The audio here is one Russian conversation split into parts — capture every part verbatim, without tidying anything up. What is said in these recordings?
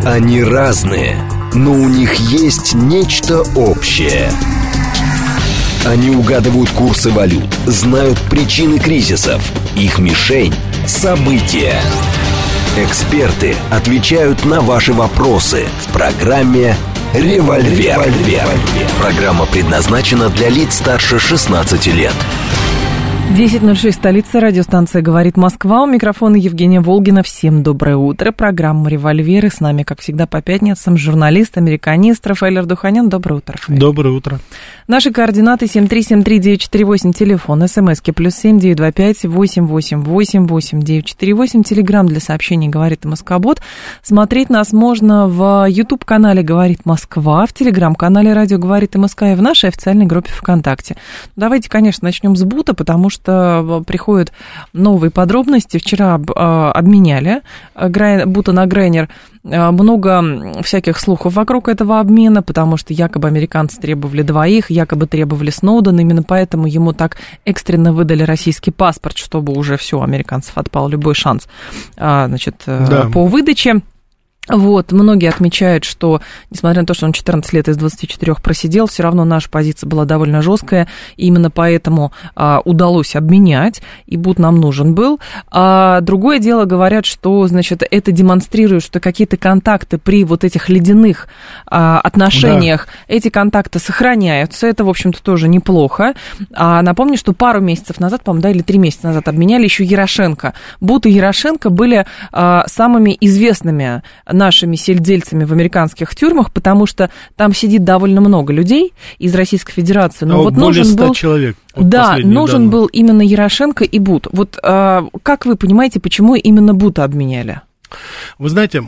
Они разные, но у них есть нечто общее. Они угадывают курсы валют, знают причины кризисов. Их мишень – события. Эксперты отвечают на ваши вопросы в программе «Револьвер». Программа предназначена для лиц старше шестнадцати лет. десять ноль шесть, столица, радиостанция «Говорит Москва». У микрофона Евгения Волгина. Всем доброе утро. Программа «Револьверы». С нами, как всегда, по пятницам журналист, американист Рафаэль Ардуханян. Доброе утро, Рафаэль. Доброе утро. Наши координаты семь три семь три девять четыре восемь, телефон, смски плюс семь девять два пять восемь восемь восемь восемь девять четыре восемь, телеграмм для сообщений «Говорит Москобот». Смотреть нас можно в YouTube-канале «Говорит Москва», в телеграм-канале «Радио Говорит МСК» и в нашей официальной группе ВКонтакте. Давайте, конечно, начнем с бута, потому что что приходят новые подробности. Вчера э, обменяли грай, бута на Грайнер. Э, много всяких слухов вокруг этого обмена, потому что якобы американцы требовали двоих, якобы требовали Сноудена. Именно поэтому ему так экстренно выдали российский паспорт, чтобы уже все, у американцев отпал любой шанс э, значит, э, да. по выдаче. Вот, многие отмечают, что, несмотря на то, что он четырнадцать лет из двадцати четырёх просидел, все равно наша позиция была довольно жесткая, и именно поэтому а, удалось обменять, и бут нам нужен был. А другое дело, говорят, что, значит, это демонстрирует, что какие-то контакты при вот этих ледяных а, отношениях, да. эти контакты сохраняются, это, в общем-то, тоже неплохо. А напомню, что пару месяцев назад, по-моему, да, или три месяца назад обменяли еще Ярошенко. Бут и Ярошенко были а, самыми известными нашими сельдельцами в американских тюрьмах, потому что там сидит довольно много людей из Российской Федерации. Но а вот более нужен ста был, человек. Вот да, нужен данные. был именно Ярошенко и Бут. Вот а, как вы понимаете, почему именно Бута обменяли? Вы знаете,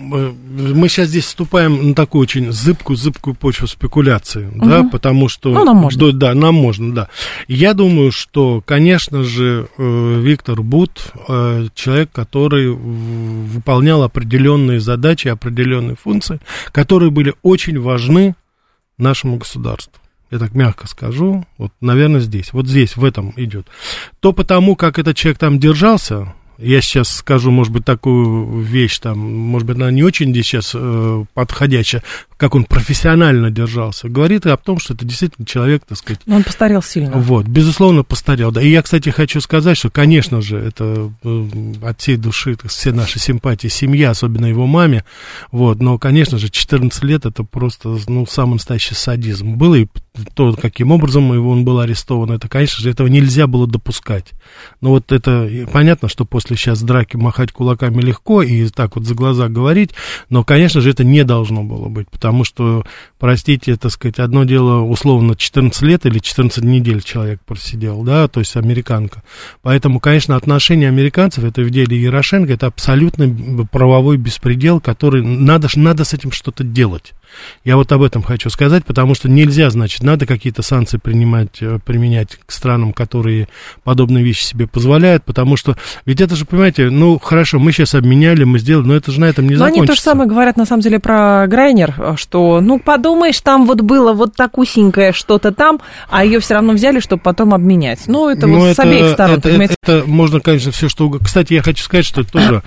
мы сейчас здесь вступаем на такую очень зыбкую-зыбкую почву спекуляции, угу. да, потому что... Ну, нам можно. Да, нам можно, да. Я думаю, что, конечно же, Виктор Бут человек, который выполнял определенные задачи, определенные функции, которые были очень важны нашему государству. Я так мягко скажу, вот, наверное, здесь, вот здесь, в этом идет. То потому, как этот человек там держался... Я сейчас скажу, может быть, такую вещь, там, может быть, она не очень здесь сейчас э, подходящая, как он профессионально держался, говорит о том, что это действительно человек, так сказать... Но он постарел сильно. Вот, безусловно, постарел, да. И я, кстати, хочу сказать, что, конечно же, это э, от всей души, так, все наши симпатии семье, особенно его маме, вот, но, конечно же, четырнадцать лет это просто, ну, самый настоящий садизм был, и то, каким образом его, он был арестован, это, конечно же, этого нельзя было допускать. Но вот это понятно, что после сейчас драки махать кулаками легко и так вот за глаза говорить, но, конечно же, это не должно было быть, потому что, простите, так сказать, одно дело, условно, четырнадцать лет или четырнадцать недель человек просидел, да, то есть американка. Поэтому, конечно, отношения американцев, это в деле Ярошенко, это абсолютно правовой беспредел, который, надо, надо с этим что-то делать. Я вот об этом хочу сказать, потому что нельзя, значит, надо какие-то санкции принимать, применять к странам, которые подобные вещи себе позволяют, потому что, ведь это же, понимаете, ну, хорошо, мы сейчас обменяли, мы сделали, но это же на этом не но закончится. Но они то же самое говорят, на самом деле, про Грайнер, что, ну, подумаешь, там вот было вот такусенькое что-то там, а ее все равно взяли, чтобы потом обменять. Ну, это но вот это, с обеих сторон, это, понимаете? Это, это можно, конечно, все что угодно. Кстати, я хочу сказать, что тоже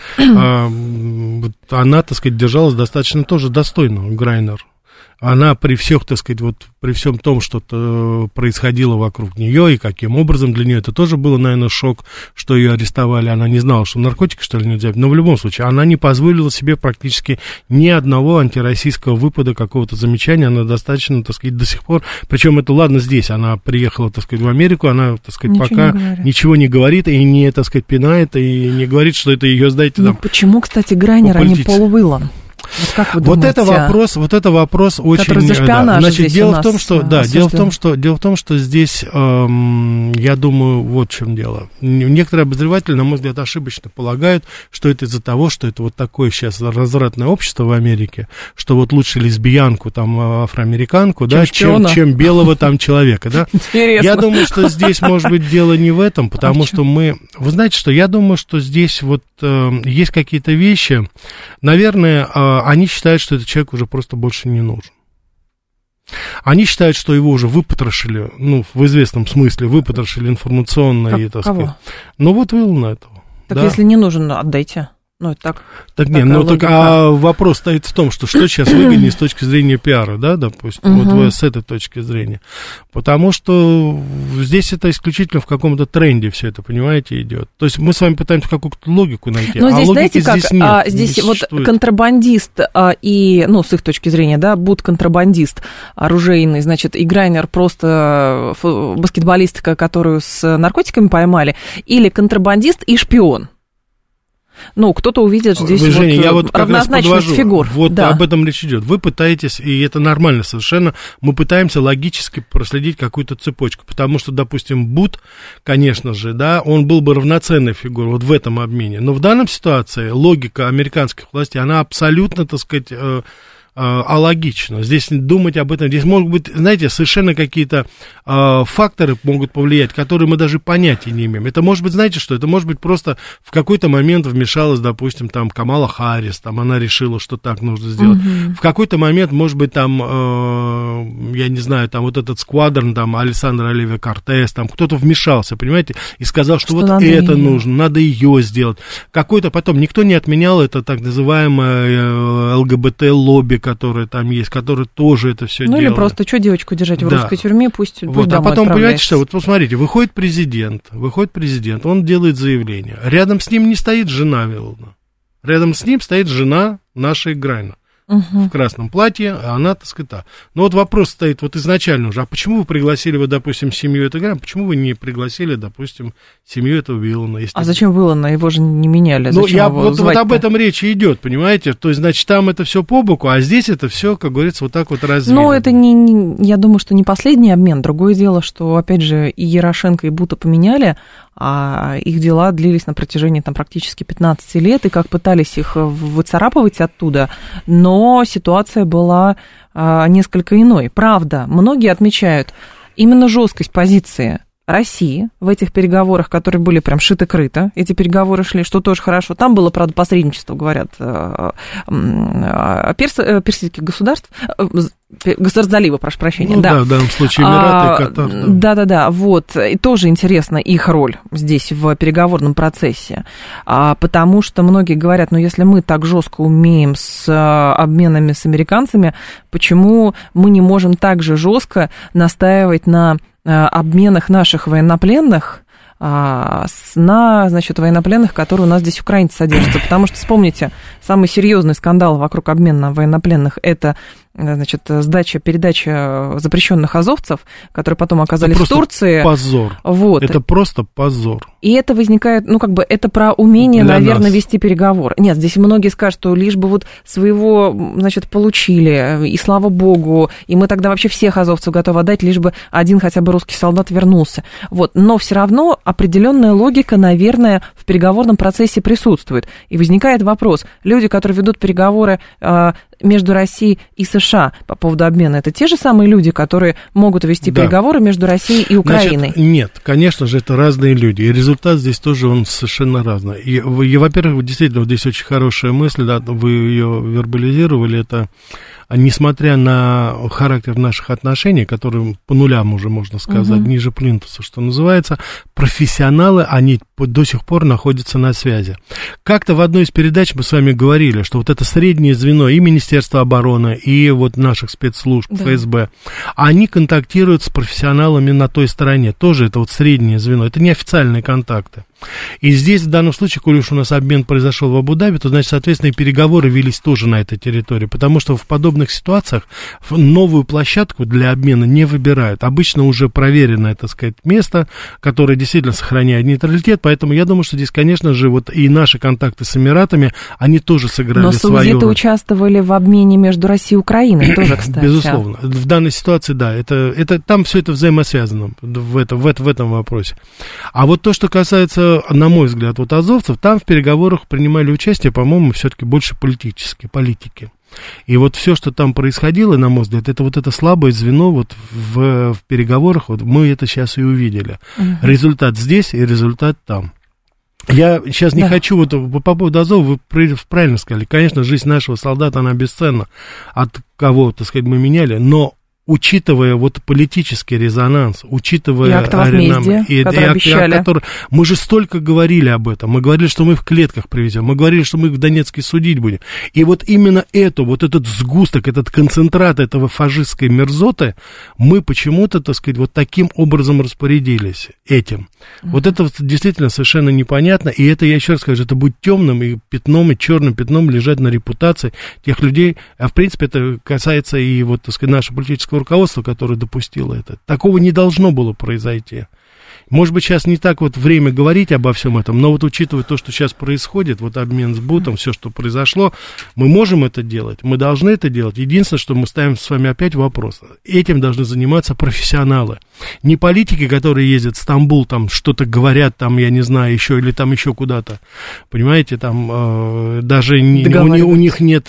она, так сказать, держалась достаточно тоже достойно, Грайнер. Она при всех, так сказать, вот при всем том, что происходило вокруг нее и каким образом для нее это тоже было, наверное, шок, что ее арестовали. Она не знала, что наркотики, что ли, нельзя. Но в любом случае, она не позволила себе практически ни одного антироссийского выпада, какого-то замечания. Она достаточно, так сказать, до сих пор. Причем это, ладно, здесь. Она приехала, так сказать, в Америку. Она, так сказать, ничего пока не ничего не говорит и не, так сказать, пинает, и не говорит, что это ее, знаете, ну, там... почему, кстати, Грайнер, а не Пол Уиллан? Вот, как вы вот это вопрос, вот это вопрос очень. Да, значит, дело в том, что да, дело в том, что дело в том, что здесь, эм, я думаю, вот в чем дело. Некоторые обозреватели, на мой взгляд, ошибочно полагают, что это из-за того, что это вот такое сейчас развратное общество в Америке, что вот лучше лесбиянку, там, афроамериканку, чем да, чем, чем белого там человека, да. Интересно. Я думаю, что здесь может быть дело не в этом, потому а что мы, вы знаете, что я думаю, что здесь вот э, есть какие-то вещи, наверное. Э, Они считают, что этот человек уже просто больше не нужен. Они считают, что его уже выпотрошили, ну, в известном смысле, выпотрошили информационно. Как, и, так кого? сказать. Ну, вот Уиллана этого. Так да. если не нужен, отдайте. Ну, так, так нет, ну так, а вопрос стоит в том, что что сейчас выгоднее с точки зрения пиара, да, допустим, uh-huh. вот с этой точки зрения. Потому что здесь это исключительно в каком-то тренде все это, понимаете, идет. То есть мы с вами пытаемся какую-то логику найти, но а здесь, логики знаете, как, здесь нет. А, здесь вот контрабандист а, и, ну, с их точки зрения, да, бут-контрабандист оружейный, значит, и Грайнер просто баскетболистка, которую с наркотиками поймали, или контрабандист и шпион. Ну, кто-то увидит здесь Вы, Женя, вот я вот равнозначность фигур. Вот да. об этом речь идет. Вы пытаетесь, и это нормально совершенно, мы пытаемся логически проследить какую-то цепочку, потому что, допустим, Бут, конечно же, да, он был бы равноценной фигурой вот в этом обмене. Но в данной ситуации логика американских властей, она абсолютно, так сказать, э, алогично. Здесь думать об этом, здесь могут быть, знаете, совершенно какие-то э, факторы могут повлиять, которые мы даже понятия не имеем. Это может быть, знаете что, это может быть просто в какой-то момент вмешалась, допустим, там Камала Харрис, там она решила, что так нужно сделать. Uh-huh. В какой-то момент, может быть, там, э, я не знаю, там вот этот сквадрон, там Александр Оливия Кортес, там кто-то вмешался, понимаете, и сказал, что, что вот это ее. нужно, надо ее сделать. Какой-то потом, никто не отменял это так называемое ЛГБТ-лобби, которые там есть, которые тоже это все ну, делают. Ну, или просто, что девочку держать в да. русской тюрьме, пусть, вот, пусть домой а потом, отправляется. понимаете что, вот посмотрите, выходит президент, выходит президент, он делает заявление. Рядом с ним не стоит жена Виллана. Рядом с ним стоит жена нашей Грайна. Uh-huh. В красном платье, а она, так сказать, та. Но вот вопрос стоит вот изначально уже, а почему вы пригласили, вы, допустим, семью этого Грайна, почему вы не пригласили, допустим, семью этого Виллана? Если... А зачем Виллана? Его же не меняли. Ну, я, вот, вот об этом речь идет, понимаете? То есть, значит, там это все по боку, а здесь это все, как говорится, вот так вот развито. Ну, это не, не, я думаю, что не последний обмен. Другое дело, что, опять же, и Ярошенко, и Бута поменяли, а их дела длились на протяжении там практически пятнадцати лет, и как пытались их выцарапывать оттуда, но ситуация была а, несколько иной. Правда, многие отмечают именно жесткость позиции России в этих переговорах, которые были прям шито-крыто, эти переговоры шли, что тоже хорошо. Там было, правда, посредничество, говорят, перс, персидских государств, государств залива, прошу прощения. Ну, да. да, в данном случае Эмираты и Катар. Да-да-да, вот, и тоже интересна их роль здесь в переговорном процессе, а, потому что многие говорят, ну, если мы так жестко умеем с обменами с американцами, почему мы не можем так же жестко настаивать на обменах наших военнопленных а, на, значит, военнопленных, которые у нас здесь украинцы содержатся. Потому что, вспомните, самый серьезный скандал вокруг обмена военнопленных – это, значит, сдача, передача запрещенных азовцев, которые потом оказались в Турции. Позор. Вот. Это просто позор. И это возникает, ну, как бы, это про умение, для наверное, нас. Вести переговоры. Нет, здесь многие скажут, что лишь бы вот своего, значит, получили, и слава богу, и мы тогда вообще всех азовцев готовы отдать, лишь бы один хотя бы русский солдат вернулся. Вот. Но все равно определенная логика, наверное, в переговорном процессе присутствует. И возникает вопрос, люди, которые ведут переговоры э, между Россией и США по поводу обмена, это те же самые люди, которые могут вести да. переговоры между Россией и Украиной? Значит, нет, конечно же, это разные люди, и результат здесь тоже он совершенно разный. И, и во-первых, действительно, вот здесь очень хорошая мысль, да, вы ее вербализировали, это несмотря на характер наших отношений, которые по нулям уже, можно сказать, угу. ниже плинтуса, что называется, профессионалы, они до сих пор находятся на связи. Как-то в одной из передач мы с вами говорили, что вот это среднее звено и Министерства обороны, и вот наших спецслужб, да. эф эс бэ, они контактируют с профессионалами на той стороне. Тоже это вот среднее звено, это неофициальные контакты. И здесь, в данном случае, коли уж у нас обмен произошел в Абу-Даби, то, значит, соответственно, и переговоры велись тоже на этой территории, потому что в подобных ситуациях новую площадку для обмена не выбирают. Обычно уже проверенное, так сказать, место, которое действительно сохраняет нейтралитет, поэтому я думаю, что здесь, конечно же, вот и наши контакты с Эмиратами, они тоже сыграли свою роль. Но саудиты участвовали в обмене между Россией и Украиной тоже, кстати. Безусловно. В данной ситуации, да, это, это, там все это взаимосвязано в, это, в, это, в этом вопросе. А вот то, что касается, на мой взгляд, вот азовцев, там в переговорах принимали участие, по-моему, все-таки больше политические, политики. И вот все, что там происходило, на мой взгляд, это вот это слабое звено вот в, в переговорах, вот мы это сейчас и увидели. Угу. Результат здесь и результат там. Я сейчас не да. хочу, вот по поводу Азова, вы правильно сказали, конечно, жизнь нашего солдата, она бесценна, от кого, так сказать, мы меняли, но учитывая вот политический резонанс, учитывая... И акт возмездия, и, который и, обещали. Который, мы же столько говорили об этом. Мы говорили, что мы в клетках привезем. Мы говорили, что мы в Донецке судить будем. И вот именно это, вот этот сгусток, этот концентрат этого фашистской мерзоты, мы почему-то, так сказать, вот таким образом распорядились этим. Mm-hmm. Вот это вот действительно совершенно непонятно. И это, я еще раз скажу, это будет темным и пятном, и черным пятном лежать на репутации тех людей. А в принципе это касается и вот, так сказать, нашего политического руководство, которое допустило это. Такого не должно было произойти. Может быть, сейчас не так вот время говорить обо всем этом, но вот учитывая то, что сейчас происходит, вот обмен с бутом, все, что произошло, мы можем это делать, мы должны это делать. Единственное, что мы ставим с вами опять вопрос. Этим должны заниматься профессионалы. Не политики, которые ездят в Стамбул, там что-то говорят, там, я не знаю, еще или там еще куда-то. Понимаете, там э, даже не, у, у них нет,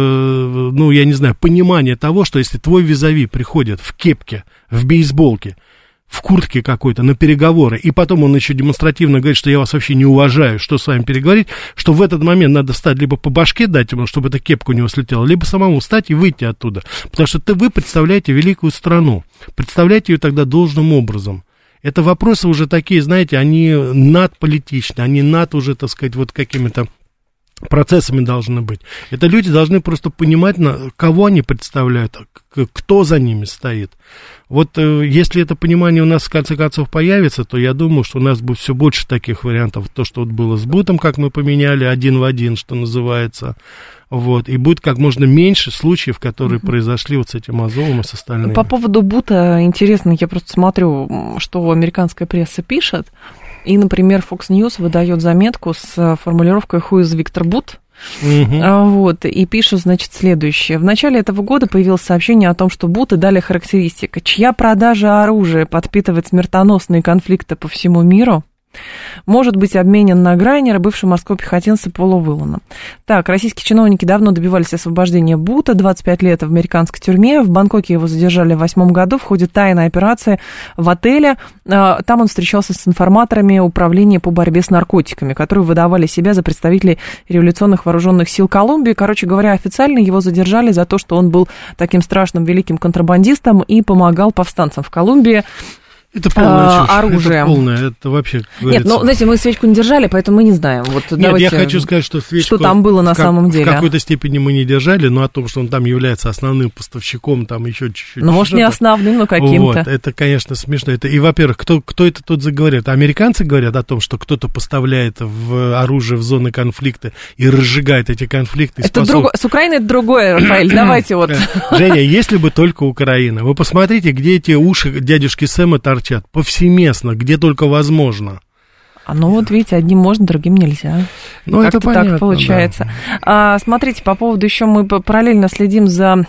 э, ну, я не знаю, понимания того, что если твой визави приходит в кепке, в бейсболке, в куртке какой-то на переговоры, и потом он еще демонстративно говорит, что я вас вообще не уважаю, что с вами переговорить, что в этот момент надо встать, либо по башке дать ему, чтобы эта кепка у него слетела, либо самому встать и выйти оттуда. Потому что ты, вы представляете великую страну, представляете ее тогда должным образом. Это вопросы уже такие, знаете, они надполитичны, они над уже, так сказать, вот какими-то процессами должны быть. Это люди должны просто понимать, кого они представляют, кто за ними стоит. Вот если это понимание у нас в конце концов появится, то я думаю, что у нас будет все больше таких вариантов. То, что вот было с бутом, как мы поменяли, один в один, что называется. Вот, и будет как можно меньше случаев, которые uh-huh. произошли вот с этим Азовом и с остальными. По поводу бута интересно, я просто смотрю, что американская пресса пишет. И, например, Fox News выдает заметку с формулировкой «Who is Виктор Бут?». Uh-huh. Вот, и пишут, значит, следующее. В начале этого года появилось сообщение о том, что буты дали характеристика, чья продажа оружия подпитывает смертоносные конфликты по всему миру, может быть обменен на Грайнера, бывшего морского пехотинца Пола Уиллана. Так, российские чиновники давно добивались освобождения Бута, двадцать пять лет в американской тюрьме. В Бангкоке его задержали в восьмом году в ходе тайной операции в отеле. Там он встречался с информаторами управления по борьбе с наркотиками, которые выдавали себя за представителей революционных вооруженных сил Колумбии. Короче говоря, официально его задержали за то, что он был таким страшным великим контрабандистом и помогал повстанцам в Колумбии. Это полное чушь. Оружие. Это полное, это вообще... Нет, ну, знаете, мы свечку не держали, поэтому мы не знаем. Вот, Нет, давайте, я хочу сказать, что свечку... Что там было на как, самом деле. В какой-то степени мы не держали, но о том, что он там является основным поставщиком, там еще чуть-чуть... Ну, может, не основным, но каким-то. Вот, это, конечно, смешно. Это, и, во-первых, кто, кто это тут заговорит? Американцы говорят о том, что кто-то поставляет в оружие в зоны конфликта и разжигает эти конфликты. Это способ... друго... С Украиной это другое, Рафаэль, давайте вот... Женя, если бы только Украина. Вы посмотрите, где эти уши дядюшки Сэма торчат. Повсеместно. Местно, где только возможно. А ну вот видите, одним можно, другим нельзя. Ну, как-то это понятно, так получается. Да. А, смотрите, по поводу еще мы параллельно следим за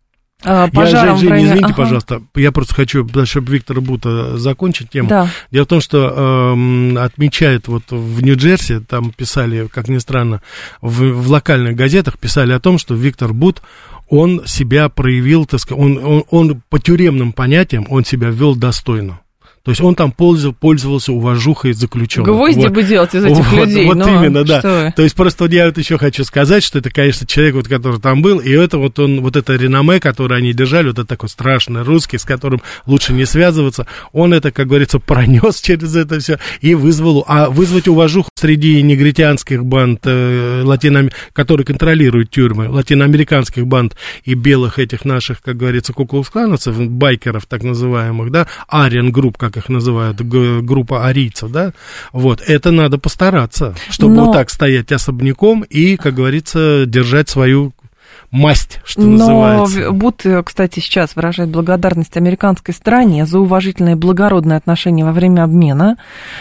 а, пожаром. Я, Жень, Жень, извините, ага. пожалуйста, я просто хочу, чтобы Виктора Бута закончить тему. Да. Дело в том, что э, отмечают вот в Нью-Джерси, там писали, как ни странно, в, в локальных газетах писали о том, что Виктор Бут, он себя проявил, так сказать, он, он, он по тюремным понятиям, он себя вел достойно. То есть он там пользовался, пользовался уважухой заключенных. Гвозди вот. бы делать из этих вот, людей. Вот ну, именно, да. Вы? То есть просто вот я вот еще хочу сказать, что это, конечно, человек, вот, который там был, и это вот он, вот это реноме, которое они держали, вот это такой страшный русский, с которым лучше не связываться, он это, как говорится, пронес через это все и вызвал, а вызвать уважуху среди негритянских банд, э, латино, которые контролируют тюрьмы, латиноамериканских банд и белых этих наших, как говорится, куклукс-клановцев, байкеров так называемых, да, Ариан групп, как их называют, группа арийцев, да, вот, это надо постараться, чтобы Но... вот так стоять особняком и, как говорится, держать свою масть, что Но называется. Бут, кстати, сейчас выражает благодарность американской стороне за уважительное и благородное отношение во время обмена.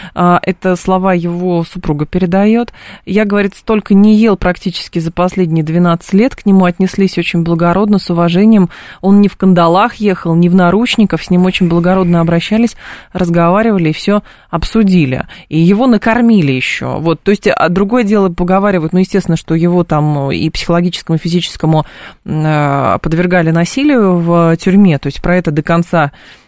Это слова его супруга передает. Я, говорит, столько не ел практически за последние двенадцать лет. К нему отнеслись очень благородно, с уважением. Он не в кандалах ехал, не в наручниках. С ним очень благородно обращались, разговаривали и все обсудили. И его накормили еще. Вот, то есть, другое дело поговаривают, ну, естественно, что его там и психологическому, и физическому подвергали насилию в тюрьме, то есть про это до конца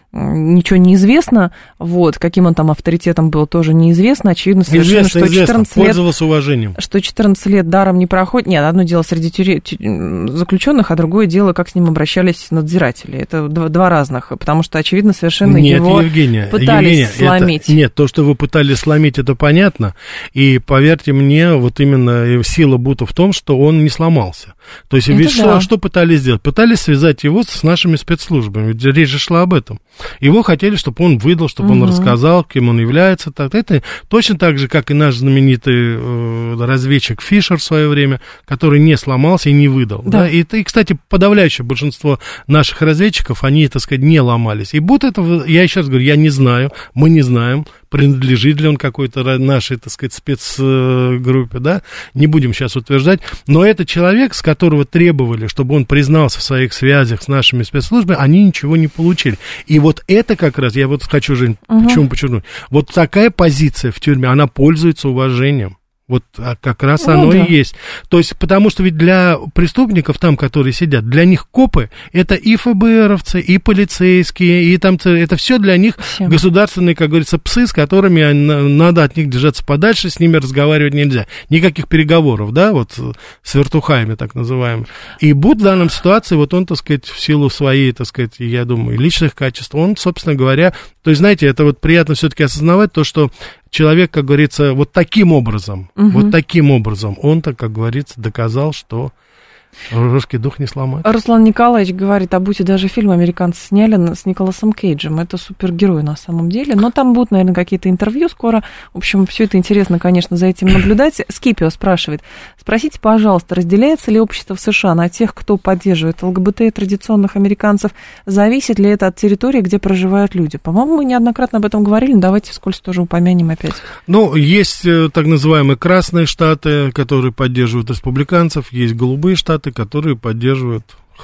ничего не известно, вот, каким он там авторитетом был, тоже неизвестно, очевидно совершенно, известно, что известно. четырнадцать лет... Пользовался уважением. Что четырнадцать лет даром не проходит. Нет, одно дело среди тюре... заключенных, а другое дело, как с ним обращались надзиратели. Это два, два разных, потому что, очевидно, совершенно нет, его Евгения, пытались Евгения, сломить. Это, нет, то, что вы пытались сломить, это понятно, и поверьте мне, вот именно сила Бута в том, что он не сломался. То есть, ведь что, что пытались сделать? Пытались связать его с нашими спецслужбами, ведь речь же шла об этом. Его хотели, чтобы он выдал, чтобы угу. он рассказал, кем он является. Так, это точно так же, как и наш знаменитый э, разведчик Фишер в свое время, который не сломался и не выдал. Да. Да? И, и, кстати, подавляющее большинство наших разведчиков, они, так сказать, не ломались. И Бут это, я еще раз говорю, я не знаю, мы не знаем, принадлежит ли он какой-то нашей, так сказать, спецгруппе, да, не будем сейчас утверждать, но это человек, с которого требовали, чтобы он признался в своих связях с нашими спецслужбами, они ничего не получили. И вот это как раз, я вот хочу, Жень, угу. почему подчеркнуть, вот такая позиция в тюрьме, она пользуется уважением. Вот как раз ну, оно да. и есть. То есть, потому что ведь для преступников там, которые сидят, для них копы, это и ФБРовцы, и полицейские, и там, это все для них Всем. государственные, как говорится, псы, с которыми надо от них держаться подальше, с ними разговаривать нельзя. Никаких переговоров, да, вот с вертухаями, так называемыми. И Бут в данном ситуации, вот он, так сказать, в силу своей, так сказать, я думаю, личных качеств, он, собственно говоря, то есть, знаете, это вот приятно все-таки осознавать то, что человек, как говорится, вот таким образом, угу. вот таким образом, он-то, как говорится, доказал, что русский дух не сломать. Руслан Николаевич говорит, о Буте даже фильм американцы сняли с Николасом Кейджем. Это супергерой на самом деле. Но там будут, наверное, какие-то интервью скоро. В общем, все это интересно, конечно, за этим наблюдать. Скипио спрашивает, спросите, пожалуйста, разделяется ли общество в США на тех, кто поддерживает ЛГБТ и традиционных американцев? Зависит ли это от территории, где проживают люди? По-моему, мы неоднократно об этом говорили, но давайте вскользь тоже упомянем опять. Ну, есть так называемые красные штаты, которые поддерживают республиканцев, есть голубые штаты, которые поддерживают,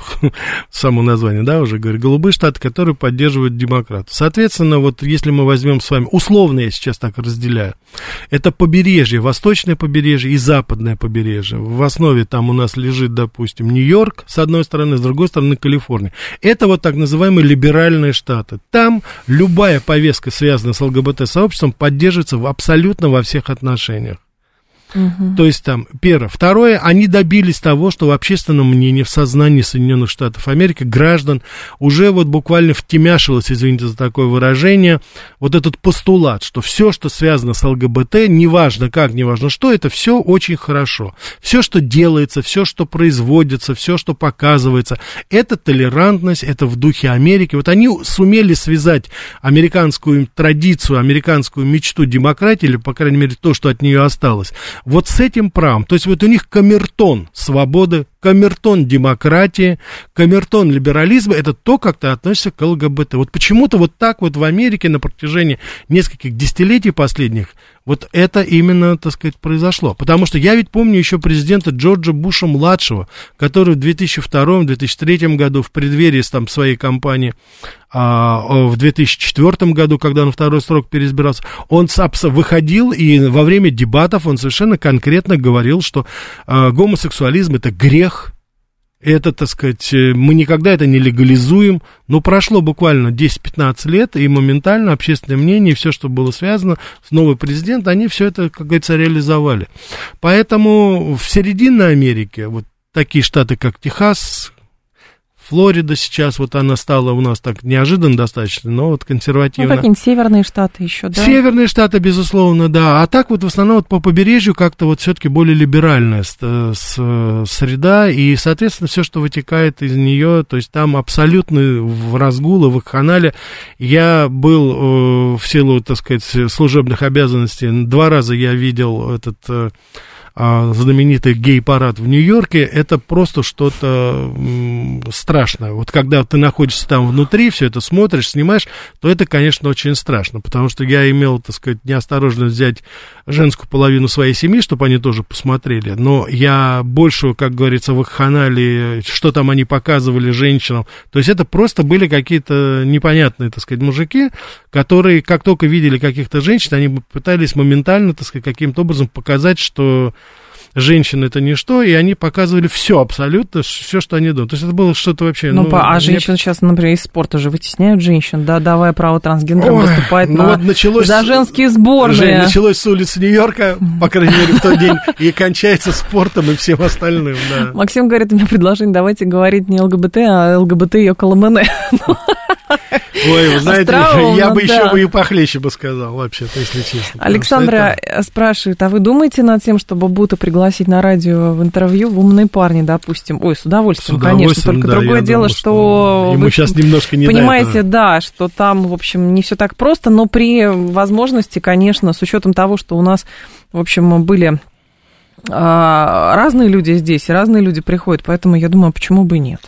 само название, да, уже говорю, голубые штаты, которые поддерживают демократов. Соответственно, вот если мы возьмем с вами, условно я сейчас так разделяю, это побережье, восточное побережье и западное побережье. В основе там у нас лежит, допустим, Нью-Йорк, с одной стороны, с другой стороны, Калифорния. Это вот так называемые либеральные штаты. Там любая повестка, связанная с ЛГБТ-сообществом, поддерживается абсолютно во всех отношениях. Uh-huh. То есть там, первое. Второе, они добились того, что в общественном мнении, в сознании Соединенных Штатов Америки граждан уже вот буквально втемяшилось, извините за такое выражение, вот этот постулат, что все, что связано с ЛГБТ, неважно как, неважно что, это все очень хорошо. Все, что делается, все, что производится, все, что показывается, это толерантность, это в духе Америки. Вот они сумели связать американскую традицию, американскую мечту демократии, или, по крайней мере, то, что от нее осталось, вот с этим правом. То есть вот у них камертон свободы, камертон демократии, камертон либерализма, это то, как ты относишься к ЛГБТ. Вот почему-то вот так вот в Америке на протяжении нескольких десятилетий последних вот это именно, так сказать, произошло. Потому что я ведь помню еще президента Джорджа Буша-младшего, который в две тысячи втором — две тысячи третьем году в преддверии там, своей кампании, а, в две тысячи четвёртом году, когда на второй срок переизбирался, он выходил и во время дебатов он совершенно конкретно говорил, что а, гомосексуализм — это грех. Это, так сказать, мы никогда это не легализуем. Но прошло буквально десять-пятнадцать лет, и моментально общественное мнение, все, что было связано с новым президентом, они все это, как говорится, реализовали. Поэтому в середине Америки, вот такие штаты, как Техас, Флорида сейчас, вот она стала у нас так неожиданно достаточно, но вот консервативно. Ну, какие-нибудь северные штаты еще, да? Северные штаты, безусловно, да. А так вот в основном вот по побережью как-то вот все-таки более либеральная с, с, среда, и, соответственно, все, что вытекает из нее, то есть там абсолютно в разгул и в канале. Я был э, в силу, так сказать, служебных обязанностей, два раза я видел этот... Э, знаменитый гей-парад в Нью-Йорке, это просто что-то м, страшное. Вот когда ты находишься там внутри, все это смотришь, снимаешь, то это, конечно, очень страшно, потому что я имел, так сказать, неосторожность взять женскую половину своей семьи, чтобы они тоже посмотрели, но я больше, как говорится, в их канале, что там они показывали женщинам, то есть это просто были какие-то непонятные, так сказать, мужики, которые, как только видели каких-то женщин, они пытались моментально, так сказать, каким-то образом показать, что женщина это ничто, и они показывали все абсолютно, все, что они думают. То есть это было что-то вообще... Ну, ну а мне... женщин сейчас, например, из спорта же вытесняют женщин, да, давая право трансгендерам Ой, выступать ну на... вот началось... за женские сборные. Жень, началось с улиц Нью-Йорка, по крайней мере, в тот день, и кончается спортом и всем остальным, да. Максим говорит, у меня предложение, давайте говорить не ЛГБТ, а ЛГБТ и ОКЛМН. Ой, вы знаете, Остроумно, я бы да. еще бы и похлеще бы сказал, вообще-то, если честно. Александра это... спрашивает, а вы думаете над тем, чтобы Бута пригласить на радио в интервью в «Умные парни», допустим? Ой, с удовольствием, с удовольствием, конечно. Только да, другое дело, думаю, что... что ему вы сейчас немножко не понимаете, да, что там, в общем, не все так просто, но при возможности, конечно, с учетом того, что у нас, в общем, были... разные люди здесь, разные люди приходят, поэтому я думаю, почему бы и нет.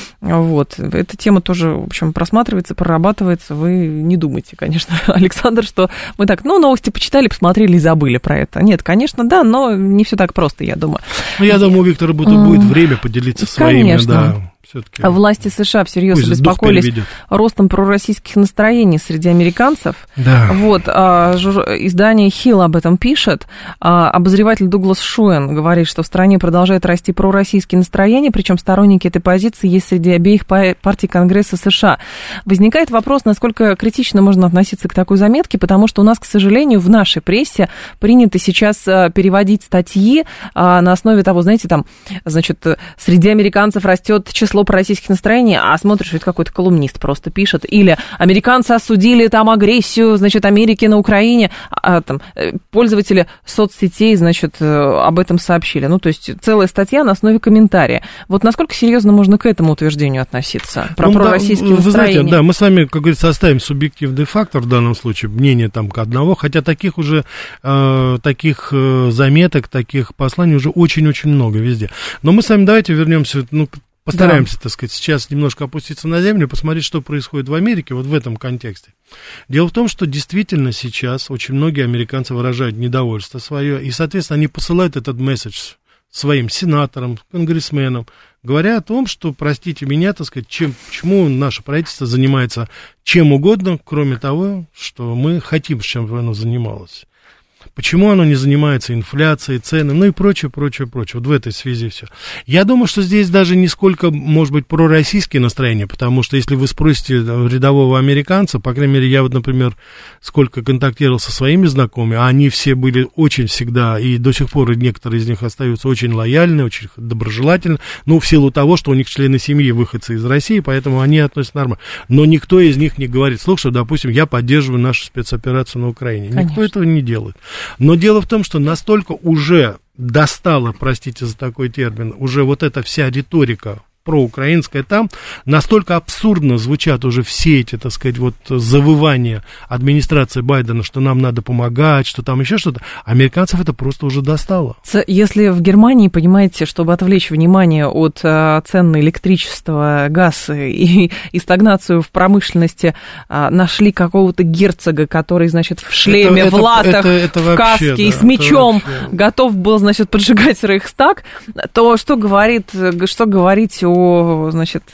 Вот. Эта тема тоже, в общем, просматривается, прорабатывается. Вы не думайте, конечно, Александр, что мы так, ну, новости почитали, посмотрели и забыли про это. Нет, конечно, да, но не все так просто, я думаю. Ну, я думаю, у Виктора будет, будет время поделиться своими, конечно. да. Все-таки. Власти США всерьез обеспокоились ростом пророссийских настроений среди американцев. Да. Вот, а, жур... издание Hill об этом пишет. А, обозреватель Дуглас Шуэн говорит, что в стране продолжают расти пророссийские настроения, причем сторонники этой позиции есть среди обеих партий Конгресса США. Возникает вопрос, насколько критично можно относиться к такой заметке, потому что у нас, к сожалению, в нашей прессе принято сейчас переводить статьи на основе того, знаете, там, значит, среди американцев растет число пророссийских настроений, а смотришь, что это какой-то колумнист просто пишет, или американцы осудили там агрессию, значит, Америки на Украине, а, там, пользователи соцсетей, значит, об этом сообщили. Ну, то есть целая статья на основе комментария. Вот насколько серьезно можно к этому утверждению относиться? Про ну, пророссийские да, настроения. Вы знаете, да, мы с вами, как говорится, оставим субъективный фактор в данном случае, мнение там к одного, хотя таких уже, э, таких э, заметок, таких посланий уже очень-очень много везде. Но мы с вами давайте вернемся, ну, постараемся, да. так сказать, сейчас немножко опуститься на землю и посмотреть, что происходит в Америке вот в этом контексте. Дело в том, что действительно сейчас очень многие американцы выражают недовольство свое, и, соответственно, они посылают этот месседж своим сенаторам, конгрессменам, говоря о том, что, простите меня, так сказать, чем, почему наше правительство занимается чем угодно, кроме того, что мы хотим, чем оно занималось. Почему оно не занимается инфляцией, ценами, ну и прочее, прочее, прочее. Вот в этой связи все. Я думаю, что здесь даже не сколько, может быть, пророссийские настроения, потому что если вы спросите рядового американца, по крайней мере, я вот, например, сколько контактировал со своими знакомыми, а они все были очень всегда, и до сих пор некоторые из них остаются очень лояльны, очень доброжелательны, ну, в силу того, что у них члены семьи выходцы из России, поэтому они относятся нормально. Но никто из них не говорит, слушай, допустим, я поддерживаю нашу спецоперацию на Украине. Конечно. Никто этого не делает. Но дело в том, что настолько уже достала, простите за такой термин, уже вот эта вся риторика проукраинская там, настолько абсурдно звучат уже все эти, так сказать, вот завывания администрации Байдена, что нам надо помогать, что там еще что-то, американцев это просто уже достало. Если в Германии, понимаете, чтобы отвлечь внимание от а, цен на электричество, газ и, и стагнацию в промышленности, а, нашли какого-то герцога, который, значит, в шлеме, это, в это, латах, это, это в вообще, каске да, и с мечом готов был, значит, поджигать Рейхстаг, то что говорит, что говорить о О, значит,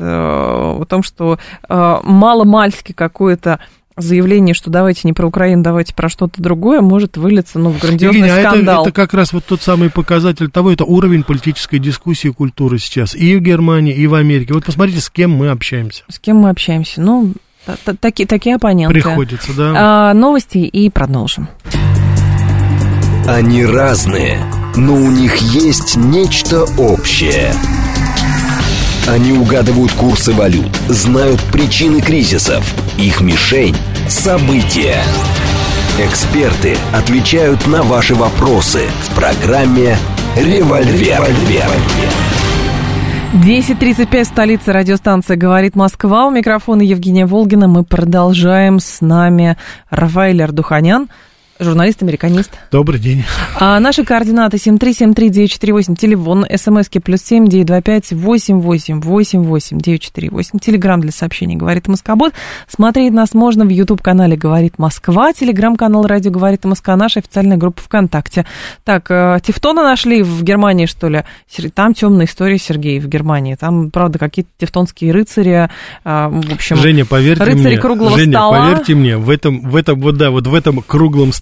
о том, что мало-мальски какое-то заявление, что давайте не про Украину, давайте про что-то другое, может вылиться, ну, в грандиозный Евгения, скандал. Это, это как раз вот тот самый показатель того, это уровень политической дискуссии и культуры сейчас и в Германии, и в Америке. Вот посмотрите, с кем мы общаемся. С кем мы общаемся, ну, такие, такие оппоненты. Приходится, да. А, новости и продолжим. Они разные, но у них есть нечто общее. Они угадывают курсы валют, знают причины кризисов. Их мишень – события. Эксперты отвечают на ваши вопросы в программе «Револьвер». десять тридцать пять, столица, радиостанция «Говорит Москва». У микрофона Евгения Волгина. Мы продолжаем. С нами Рафаэль Ардуханян, журналист-американист. Добрый день. А наши координаты семь три семь три девять четыре восемь, телефон, смски плюс семь девять два пять восемь восемь восемь восемь девять четыре восемь, телеграмм для сообщений «Говорит Москобот». Смотреть нас можно в YouTube-канале «Говорит Москва», телеграм-канал «Радио Говорит Москва», наша официальная группа ВКонтакте. Так, Тевтона нашли в Германии, что ли? Там темная история, Сергей, в Германии. Там, правда, какие-то тевтонские рыцари, в общем, Женя, поверьте рыцари мне, круглого Женя, стола. поверьте мне, в этом, в этом, вот да, вот в этом круглом столе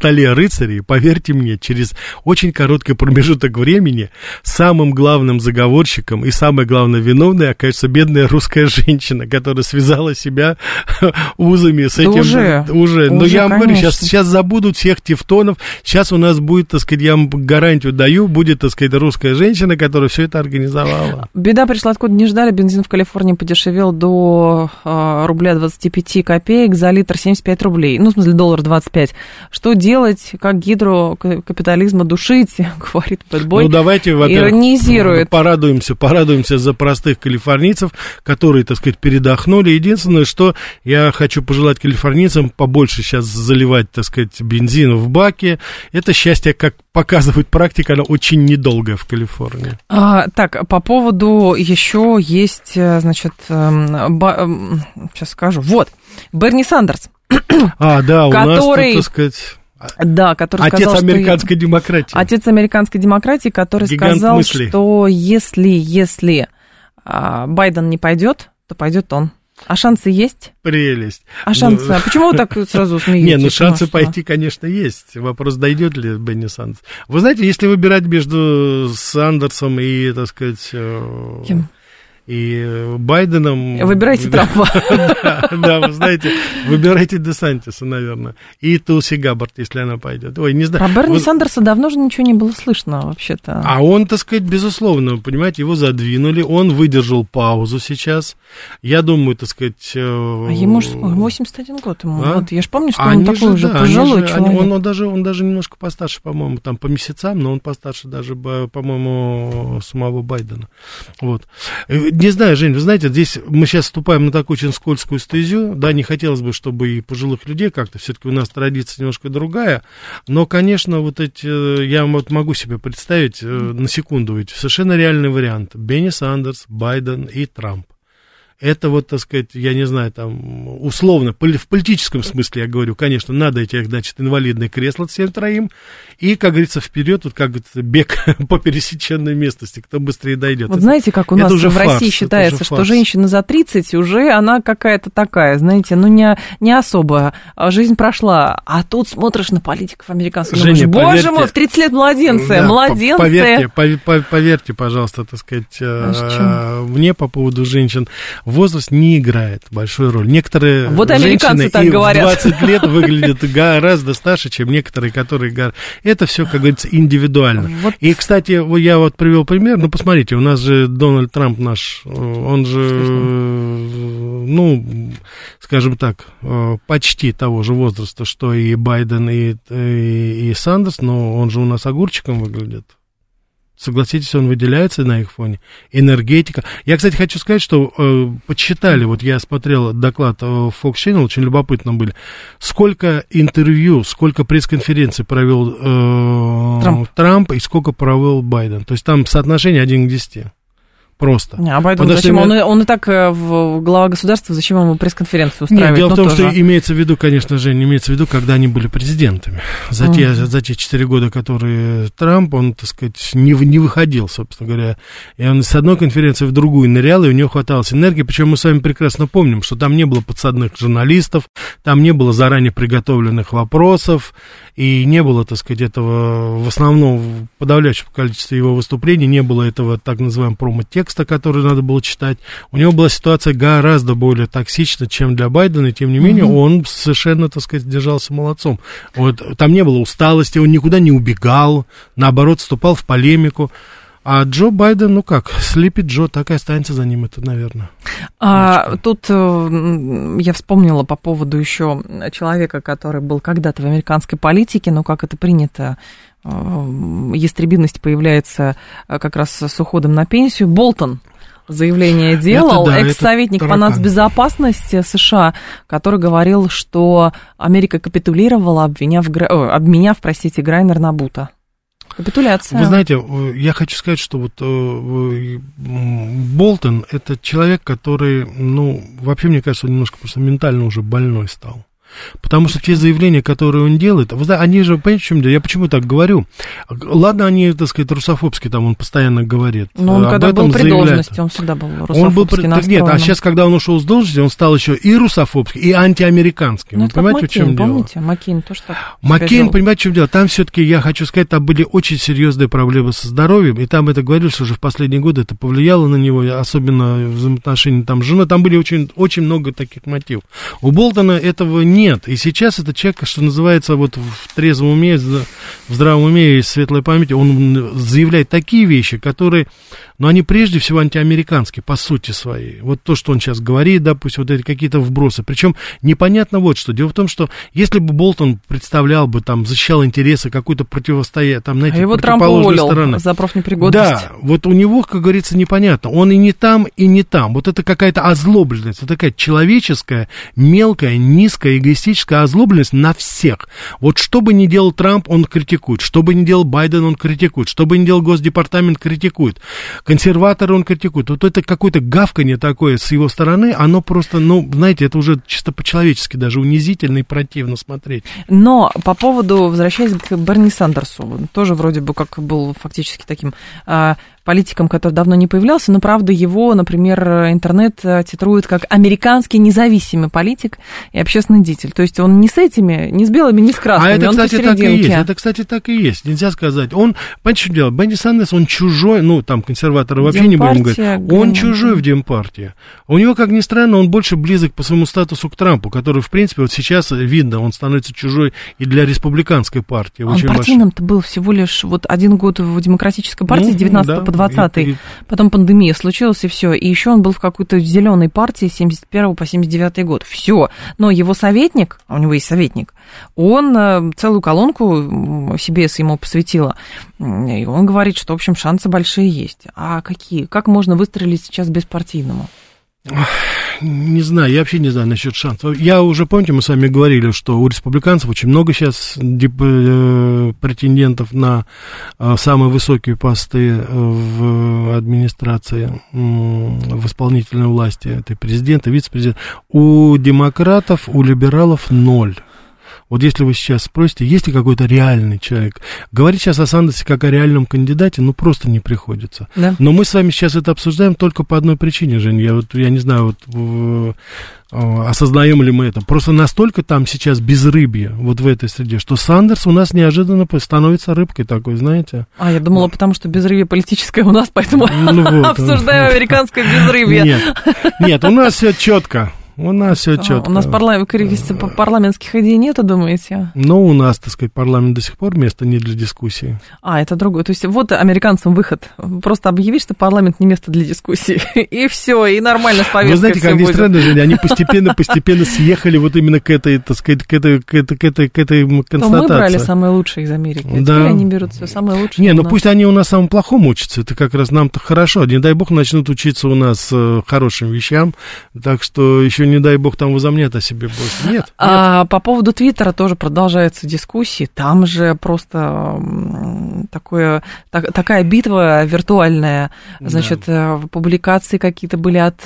столе рыцарей, поверьте мне, через очень короткий промежуток времени самым главным заговорщиком и самой главной виновной окажется бедная русская женщина, которая связала себя узами с этим. Да уже, уже. Но уже, я вам говорю, сейчас, конечно. сейчас забудут всех тевтонов, сейчас у нас будет, так сказать, я вам гарантию даю, будет, так сказать, русская женщина, которая все это организовала. Беда пришла, откуда не ждали, бензин в Калифорнии подешевел до э, рубля двадцать пять копеек, за литр семьдесят пять рублей, ну, в смысле, доллар двадцать пять. Что делать, как гидру капитализма душить, говорит Бэтбой. Ну, давайте, во-первых, иронизирует. Порадуемся, порадуемся за простых калифорнийцев, которые, так сказать, передохнули. Единственное, что я хочу пожелать калифорнийцам побольше сейчас заливать, так сказать, бензин в баки. Это счастье, как показывает практика, оно очень недолгое в Калифорнии. А, так, по поводу еще есть, значит, ба, сейчас скажу, вот, Берни Сандерс. А, да, у который, нас тут, так сказать... Да, который отец сказал, американской что... демократии. Отец американской демократии, который Гигант сказал, мыслей. что если, если а, Байден не пойдет, то пойдет он. А шансы есть? Прелесть. А шансы? Ну... А почему вы так сразу смеетесь? Не, ну шансы ну, пойти, конечно, есть. Вопрос, дойдет ли Берни Сандерс. Вы знаете, если выбирать между Сандерсом и, так сказать... Кем? И Байденом... Выбирайте Трампа. Да, да, вы знаете, выбирайте Десантиса, наверное. И Тулси Габбард, если она пойдет. Ой, не знаю. Про Берни вы... Сандерса давно же ничего не было слышно, вообще-то. А он, так сказать, безусловно, понимаете, его задвинули. Он выдержал паузу сейчас. Я думаю, так сказать... А ему же восемьдесят один год ему. А? Вот, я же помню, что они он такой же, уже да, пожилой же, человек. Он, он, даже, он даже немножко постарше, по-моему, там по месяцам, но он постарше даже, по-моему, самого Байдена. Вот. Не знаю, Жень, вы знаете, здесь мы сейчас вступаем на такую очень скользкую стезю, да, не хотелось бы, чтобы и пожилых людей как-то, все-таки у нас традиция немножко другая, но, конечно, вот эти, я вот могу себе представить, на секунду, ведь совершенно реальный вариант, Берни Сандерс, Байден и Трамп. Это вот, так сказать, я не знаю, там, условно, в политическом смысле, я говорю, конечно, надо эти, значит, инвалидные кресла всем троим, и, как говорится, вперед, вот как говорится, бег по пересеченной местности, кто быстрее дойдет. Вот это, знаете, как у нас в фарс, России считается, что фарс. женщина за тридцать уже, она какая-то такая, знаете, ну, не, не особо, жизнь прошла, а тут смотришь на политиков американцев, Женя, думаешь, боже поверьте, мой, в тридцать лет младенцы, да, младенцы. Поверьте, по, поверьте, пожалуйста, так сказать, а мне по поводу женщин, возраст не играет большую роль. Некоторые вот женщины так и говорят. в двадцать лет выглядят гораздо старше, чем некоторые, которые... Это все, как говорится, индивидуально. Вот. И, кстати, я вот привел пример. Ну, посмотрите, у нас же Дональд Трамп наш, он же, ну, скажем так, почти того же возраста, что и Байден, и, и, и Сандерс, но он же у нас огурчиком выглядит. Согласитесь, он выделяется на их фоне. Энергетика. Я, кстати, хочу сказать, что э, подсчитали, вот я смотрел доклад э, Fox Channel, очень любопытно были, сколько интервью, сколько пресс-конференций провел э, Трамп. Трамп и сколько провел Байден. То есть там соотношение один к десяти. Просто. Не, а Байден, зачем? Он, он и так в глава государства, зачем ему пресс-конференцию устраивать? Нет, дело ну, в том, тоже. что имеется в виду, конечно же, имеется в виду, когда они были президентами. За, mm. те, за те четыре года, которые Трамп, он, так сказать, не, не выходил, собственно говоря. И он с одной конференции в другую нырял, и у него хваталось энергии. Причем мы с вами прекрасно помним, что там не было подсадных журналистов, там не было заранее приготовленных вопросов, и не было, так сказать, этого, в основном, в подавляющем количестве его выступлений, не было этого так называемого промо-текста, который надо было читать. У него была ситуация гораздо более токсична, чем для Байдена, и тем не менее mm-hmm. он совершенно, так сказать, держался молодцом. Вот, там не было усталости, он никуда не убегал, наоборот, вступал в полемику. А Джо Байден, ну как, слепит Джо, так и останется за ним, это, наверное. А, тут э, я вспомнила по поводу еще человека, который был когда-то в американской политике, но как это принято, э, ястребиность появляется как раз с уходом на пенсию. Болтон заявление делал, да, экс-советник по нацбезопасности США, который говорил, что Америка капитулировала, обвиняв, обменяв, простите, Грайнер на Бута. Капитуляция. Вы знаете, я хочу сказать, что вот э, Болтон — это человек, который, ну, вообще, мне кажется, он немножко просто ментально уже больной стал. Потому что те заявления, которые он делает, вы знаете, они же, понимаете, в чем дело? Я почему так говорю? Ладно, они, так сказать, русофобские, там он постоянно говорит. Но он об когда этом был при заявляет. должности, он всегда был русофобски он был, настроенным. Нет, а сейчас, когда он ушел с должности, он стал еще и русофобским, и антиамериканским. Ну, вы понимаете, Маккейн, в чем помните? дело? Маккейн тоже так Маккейн, понимаете, в чем дело? Там все-таки, я хочу сказать, там были очень серьезные проблемы со здоровьем, и там это говорили, что уже в последние годы это повлияло на него, особенно взаимоотношения там с женой, там были очень, очень много таких мотивов. У Болтона этого нет, и сейчас это человек, что называется, вот в трезвом уме, в здравом уме и светлой памяти, он заявляет такие вещи, которые, ну, они прежде всего антиамериканские, по сути своей. Вот то, что он сейчас говорит, допустим, вот эти какие-то вбросы. Причем непонятно вот что. Дело в том, что если бы Болтон представлял бы, там, защищал интересы какой-то противостояние, там, знаете, а его Трамп уволил стороны. За профнепригодность. Да, вот у него, как говорится, непонятно. Он и не там, и не там. Вот это какая-то озлобленность, вот такая человеческая, мелкая, низкая, эгоистическая озлобленность на всех. Вот что бы ни делал Трамп, он критикует. Что бы ни делал Байден, он критикует. Что бы ни делал Госдепартамент, критикует. Консерваторы он критикует. Вот это какое-то гавканье такое с его стороны, оно просто, ну, знаете, это уже чисто по-человечески даже унизительно и противно смотреть. Но по поводу, возвращаясь к Берни Сандерсу, тоже вроде бы как был фактически таким а, политиком, который давно не появлялся, но, правда, его, например, интернет титрует как американский независимый политик и общественный деятель. То есть он не с этими, не с белыми, не с красными, а это, он кстати, посерединке. Так и есть. Это, кстати, так и есть. Нельзя сказать. Он, понимаете, что дело? Берни Сандерс, он чужой, ну, там, консерваторы вообще не будем говорить. Он чужой в Демпартии. У него, как ни странно, он больше близок по своему статусу к Трампу, который, в принципе, вот сейчас видно, он становится чужой и для республиканской партии. Он партийным-то был всего лишь вот один год в демократической партии, ну, с девятнадцатого да, по двадцатый, и, и... потом пандемия случилась, и все. И еще он был в какой-то зеленой партии с семьдесят первого по семьдесят девятый год. Все. Но его советник, а у него есть советник, он целую колонку си би эс ему посвятила, и он говорит, что, в общем, шансы большие есть. А какие? Как можно выстрелить сейчас беспартийному? Не знаю, я вообще не знаю насчет шансов. Я уже, помните, мы с вами говорили, что у республиканцев очень много сейчас претендентов на самые высокие посты в администрации, в исполнительной власти. Это президент и вице-президент. У демократов, у либералов ноль. Вот если вы сейчас спросите, есть ли какой-то реальный человек, говорить сейчас о Сандерсе как о реальном кандидате, ну, просто не приходится. Да. Но мы с вами сейчас это обсуждаем только по одной причине, Жень. Я, вот, я не знаю, вот, в, осознаем ли мы это. Просто настолько там сейчас безрыбье вот в этой среде, что Сандерс у нас неожиданно становится рыбкой такой, знаете. А, я думала, потому что безрыбье политическое у нас, поэтому ну, вот, обсуждаем американское безрыбье. Нет, нет, у нас все четко. У нас все четко. А, у нас парламент, парламентских идей нету, думаете? Ну, у нас, так сказать, парламент до сих пор место не для дискуссии. А, это другое. То есть вот американцам выход. Просто объявить, что парламент не место для дискуссии. И все, и нормально с повесткой. Вы знаете, как ни странно, Женя, они постепенно-постепенно съехали вот именно к этой, так сказать, к этой, к этой, к этой, к этой констатации. Мы брали самые лучшие из Америки. А теперь они берут все самое лучшее. Не, ну пусть они у нас самым плохом учатся. Это как раз нам-то хорошо. Не дай бог начнут учиться у нас хорошим вещам. Так что еще не дай бог там возомнят о себе больше. Нет. А, нет. По поводу Твиттера тоже продолжаются дискуссии. Там же просто такое, так, такая битва виртуальная. Значит, да. Публикации какие-то были от,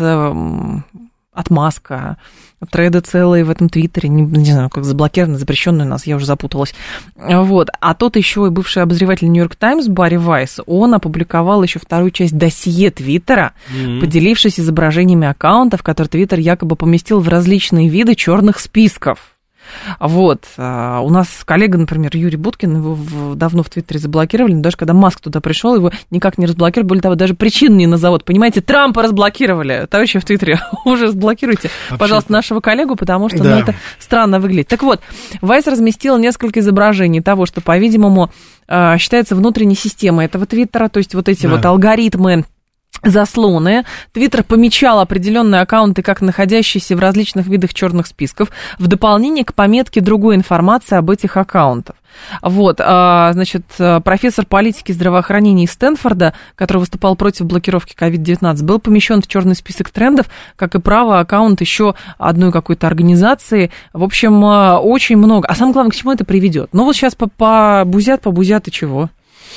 от Маска. Треды целые в этом Твиттере, не, не знаю, как заблокированы, запрещенные у нас, я уже запуталась. Вот. А тот еще и бывший обозреватель Нью-Йорк Таймс Барри Вайс, он опубликовал еще вторую часть досье Твиттера, mm-hmm. поделившись изображениями аккаунтов, которые Твиттер якобы поместил в различные виды черных списков. Вот. У нас коллега, например, Юрий Буткин, его в, давно в Твиттере заблокировали, но даже когда Маск туда пришел, его никак не разблокировали, более того, даже причин не назовут. Понимаете, Трампа разблокировали. Товарищи в Твиттере, уже разблокируйте, вообще, пожалуйста, нашего коллегу, потому что да. ну, это странно выглядит. Так вот, Вайс разместил несколько изображений того, что, по-видимому, считается внутренней системой этого Твиттера, то есть вот эти да. вот алгоритмы, заслоны. Твиттер помечал определенные аккаунты как находящиеся в различных видах черных списков в дополнение к пометке другой информации об этих аккаунтах. Вот, значит, профессор политики и здравоохранения из Стэнфорда, который выступал против блокировки ковид девятнадцать, был помещен в черный список трендов, как и право аккаунт еще одной какой-то организации. В общем, очень много. А самое главное, к чему это приведет? Ну вот сейчас побузят, побузят и чего?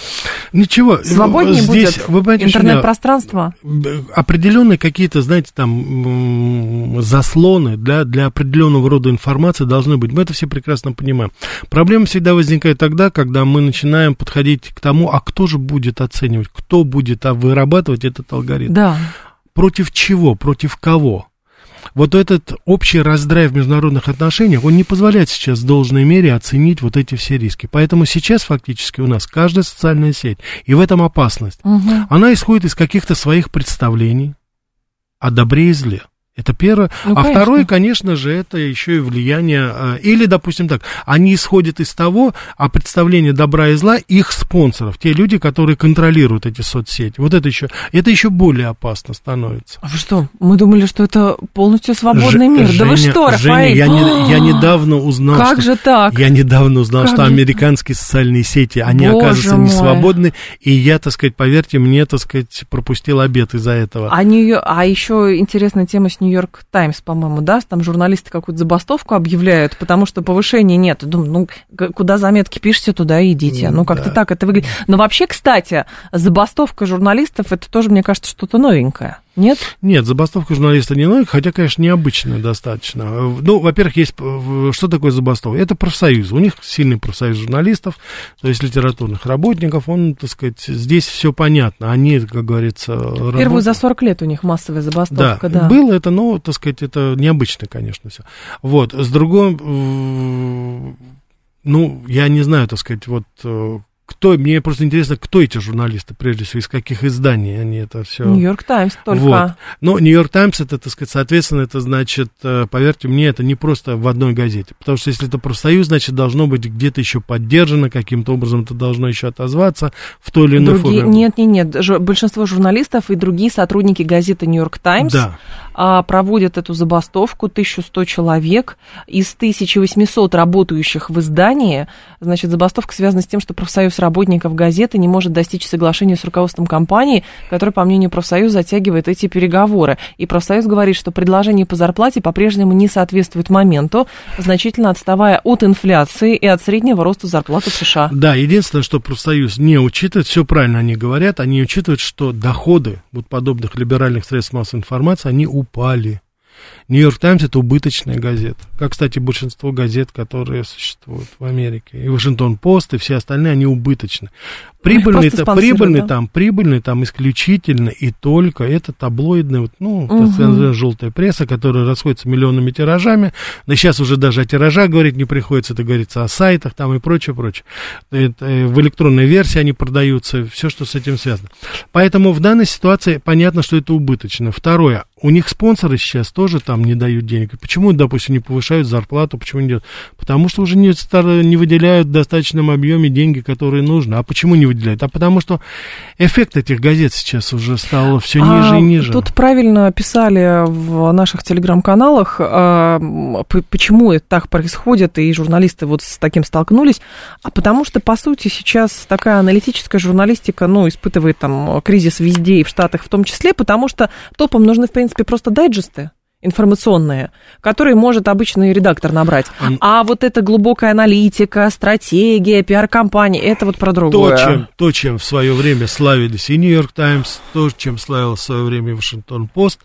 Ничего. Свободнее здесь, будет вы понимаете, интернет-пространство? Определенные какие-то, знаете, там заслоны для, для определенного рода информации должны быть. Мы это все прекрасно понимаем. Проблема всегда возникает тогда, когда мы начинаем подходить к тому, а кто же будет оценивать, кто будет вырабатывать этот алгоритм. Да. Против чего, против кого? Вот этот общий раздрай в международных отношениях, он не позволяет сейчас в должной мере оценить вот эти все риски. Поэтому сейчас фактически у нас каждая социальная сеть, и в этом опасность, угу. она исходит из каких-то своих представлений о добре и зле. Это первое. Ну, а конечно. Второе, конечно же, это еще и влияние, или, допустим так, они исходят из того, о представлении добра и зла их спонсоров, те люди, которые контролируют эти соцсети. Вот это еще, это еще более опасно становится. А вы что, мы думали, что это полностью свободный Ж, мир? Женя, да вы что, Рафаэль? Женя, я, не, я недавно узнал, как что, же так? Я недавно узнал, как что же... американские социальные сети, они, Боже оказывается, мой. не свободны, и я, так сказать, поверьте мне, так сказать, пропустил обед из-за этого. А, Нью... а еще интересная тема с Нью-Йорк Таймс, по-моему, да, там журналисты какую-то забастовку объявляют, потому что повышения нет. Думаю, ну, куда заметки пишете, туда и идите. Ну, как-то да. так это выглядит. Но вообще, кстати, забастовка журналистов, это тоже, мне кажется, что-то новенькое. Нет? Нет, забастовка журналиста не новая, хотя, конечно, необычная достаточно. Ну, во-первых, есть... Что такое забастовка? Это профсоюз. У них сильный профсоюз журналистов, то есть литературных работников. Он, так сказать, здесь все понятно. Они, как говорится... Первую работают. за сорок лет у них массовая забастовка, да. Да, было это, но, так сказать, это необычно, конечно, все. Вот, с другой... Ну, я не знаю, так сказать, вот... Кто, мне просто интересно, кто эти журналисты, прежде всего, из каких изданий они это все... Нью-Йорк Таймс только. Вот. Но Нью-Йорк Таймс, это, так сказать, соответственно, это значит, поверьте мне, это не просто в одной газете. Потому что если это профсоюз, значит, должно быть где-то еще поддержано, каким-то образом это должно еще отозваться в той или иной другие, форме. Нет, нет, нет. Большинство журналистов и другие сотрудники газеты Нью-Йорк Таймс да. проводят эту забастовку, тысяча сто человек. Из тысяча восемьсот работающих в издании, значит, забастовка связана с тем, что профсоюз работников газеты не может достичь соглашения с руководством компании, которое, по мнению профсоюза, затягивает эти переговоры. И профсоюз говорит, что предложение по зарплате по-прежнему не соответствует моменту, значительно отставая от инфляции и от среднего роста зарплаты в США. Да, единственное, что профсоюз не учитывает, все правильно они говорят, они учитывают, что доходы вот подобных либеральных средств массовой информации, они упали. Нью-Йорк Таймс — это убыточная газета, как, кстати, большинство газет, которые существуют в Америке. И Вашингтон-Пост, и все остальные, они убыточны. Прибыльный, прибыльный да? там, прибыльный там исключительно и только это таблоидная, вот, ну, угу. так сказать, желтая пресса, которая расходится миллионными тиражами. Но сейчас уже даже о тиражах говорить не приходится, это говорится о сайтах там и прочее, прочее. Это, в электронной версии они продаются, все, что с этим связано. Поэтому в данной ситуации понятно, что это убыточно. Второе, у них спонсоры сейчас тоже там не дают денег. Почему, допустим, не повышают зарплату, почему не делают? Потому что уже не, не выделяют в достаточном объеме деньги, которые нужны. А почему не выделяют? А потому что эффект этих газет сейчас уже стал все ниже а, и ниже. Тут правильно писали в наших телеграм-каналах, а, почему это так происходит, и журналисты вот с таким столкнулись. А потому что, по сути, сейчас такая аналитическая журналистика, ну, испытывает там кризис везде, и в Штатах в том числе, потому что топам нужны, в принципе, просто дайджесты информационные, которые может обычный редактор набрать. А вот эта глубокая аналитика, стратегия, пиар-компания, это вот про другое. То, чем, то, чем в свое время славились и Нью-Йорк Таймс, то, чем славился в свое время Вашингтон-Пост,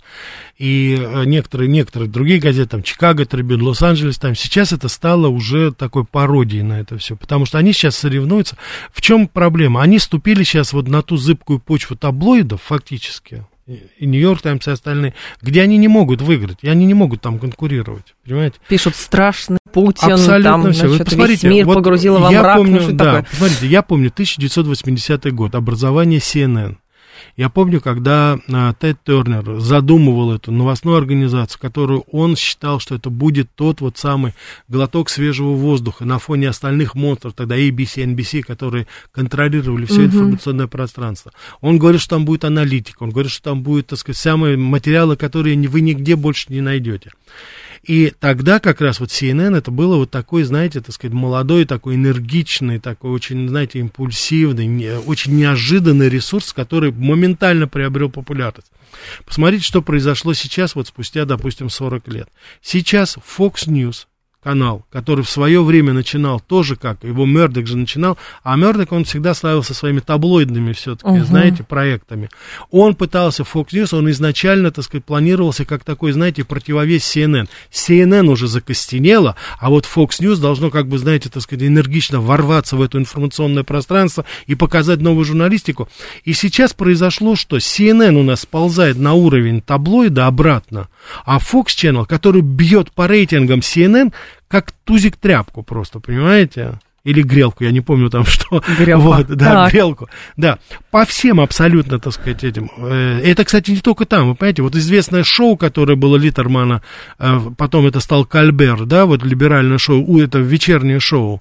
и некоторые, некоторые другие газеты, там, Чикаго Трибюн, Лос-Анджелес Таймс, сейчас это стало уже такой пародией на это все, потому что они сейчас соревнуются. В чем проблема? Они ступили сейчас вот на ту зыбкую почву таблоидов, фактически, и Нью-Йорк Таймс, и остальные, где они не могут выиграть, и они не могут там конкурировать, понимаете? Пишут страшный Путин, абсолютно там, все. Значит, Вы посмотрите, весь мир вот погрузило во я мрак. Помню, ну, да, такое? Посмотрите, я помню тысяча девятьсот восьмидесятый год, образование си эн эн. Я помню, когда а, Тед Тернер задумывал эту новостную организацию, которую он считал, что это будет тот вот самый глоток свежего воздуха на фоне остальных монстров, тогда эй би си, эн би си, которые контролировали все uh-huh. информационное пространство. Он говорит, что там будет аналитика, он говорит, что там будут, так сказать, самые материалы, которые вы нигде больше не найдете. И тогда как раз вот си эн эн это было вот такой, знаете, так сказать, молодой, такой энергичный, такой очень, знаете, импульсивный, не, очень неожиданный ресурс, который моментально приобрел популярность. Посмотрите, что произошло сейчас, вот спустя, допустим, сорок лет. Сейчас Fox News, канал, который в свое время начинал тоже как, его Мёрдок же начинал, а Мёрдок, он всегда славился своими таблоидными все-таки, uh-huh. знаете, проектами. Он пытался, Fox News, он изначально, так сказать, планировался как такой, знаете, противовес си эн эн. си эн эн уже закостенело, а вот Fox News должно, как бы, знаете, так сказать, энергично ворваться в это информационное пространство и показать новую журналистику. И сейчас произошло, что си эн эн у нас сползает на уровень таблоида обратно, а Fox Channel, который бьет по рейтингам си эн эн, как тузик тряпку просто, понимаете? Или грелку, я не помню там что. Грелку. Вот, да, так. грелку. Да, по всем абсолютно, так сказать, этим. Это, кстати, не только там, вы понимаете, вот известное шоу, которое было Литтермана, потом это стал Кольбер, да, вот либеральное шоу, это вечернее шоу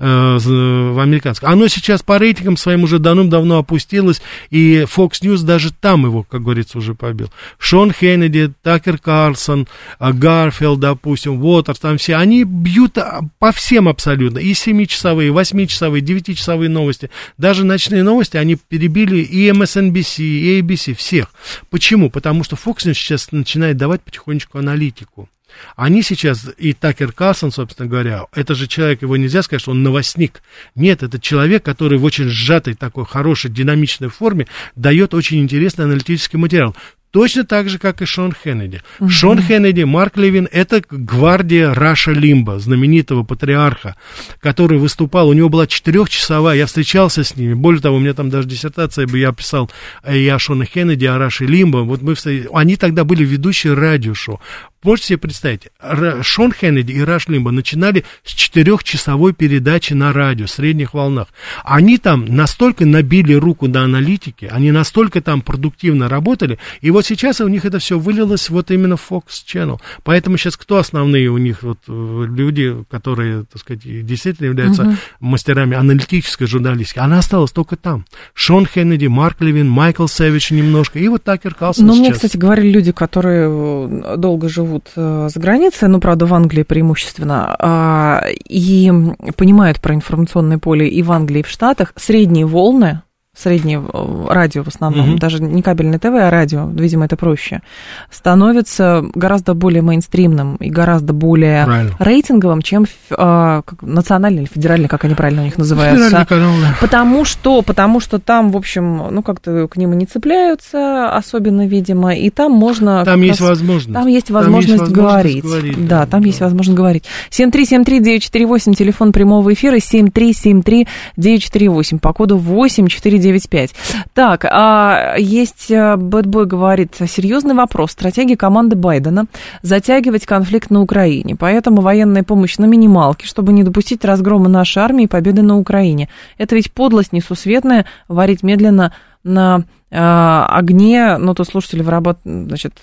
в американском. Оно сейчас по рейтингам своим уже давным-давно опустилось, и Fox News даже там его, как говорится, уже побил. Шон Хеннеди, Такер Карлсон, Гарфилд, допустим, Уотерс, там все, они бьют по всем абсолютно, и семичасовые, восьмичасовые, девятичасовые новости, даже ночные новости, они перебили и эм эс эн би си, и эй би си, всех. Почему? Потому что Fox News сейчас начинает давать потихонечку аналитику. Они сейчас, и Такер Карлсон, собственно говоря, это же человек, его нельзя сказать, что он новостник. Нет, это человек, который в очень сжатой, такой хорошей, динамичной форме дает очень интересный аналитический материал. Точно так же, как и Шон Хеннеди. Uh-huh. Шон Хеннеди, Марк Левин, это гвардия Раша Лимба, знаменитого патриарха, который выступал, у него была четырехчасовая, я встречался с ними, более того, у меня там даже диссертация, я писал и о Шоне Хеннеди, о Раше Лимба, вот мы встретились, они тогда были ведущие радиошоу. Можете себе представить, Шон Хеннеди и Раш Лимба начинали с четырехчасовой передачи на радио, средних волнах. Они там настолько набили руку на аналитике, они настолько там продуктивно работали, и вот сейчас у них это все вылилось вот именно в Fox Channel. Поэтому сейчас кто основные у них вот люди, которые, так сказать, действительно являются uh-huh. мастерами аналитической журналистики? Она осталась только там. Шон Хеннеди, Марк Левин, Майкл Сэвидж немножко, и вот Такер Карлсон сейчас. Но мне, кстати, говорили люди, которые долго живут за границей, ну, правда, в Англии преимущественно, и понимают про информационное поле и в Англии, и в Штатах, средние волны, среднее радио в основном, mm-hmm. даже не кабельное ТВ, а радио, видимо, это проще, становится гораздо более мейнстримным и гораздо более правильно. Рейтинговым, чем э, национальный или федеральный, как они правильно у них называются. Канал, да. Потому что, потому что там, в общем, ну, как-то к ним и не цепляются, особенно, видимо, и там можно... Там есть раз, возможность. Там есть возможность, там есть возможность говорить. говорить. Да, там да. есть возможность говорить. семь три семь три девять четыре восемь, телефон прямого эфира, семь три семь три девять четыре восемь, по коду восемь четыре девять пять. Так, а есть, Бэтбой говорит, серьезный вопрос. Стратегия команды Байдена затягивать конфликт на Украине. Поэтому военная помощь на минималке, чтобы не допустить разгрома нашей армии и победы на Украине. Это ведь подлость несусветная, варить медленно на э, огне. Ну, то слушатель выработ... значит,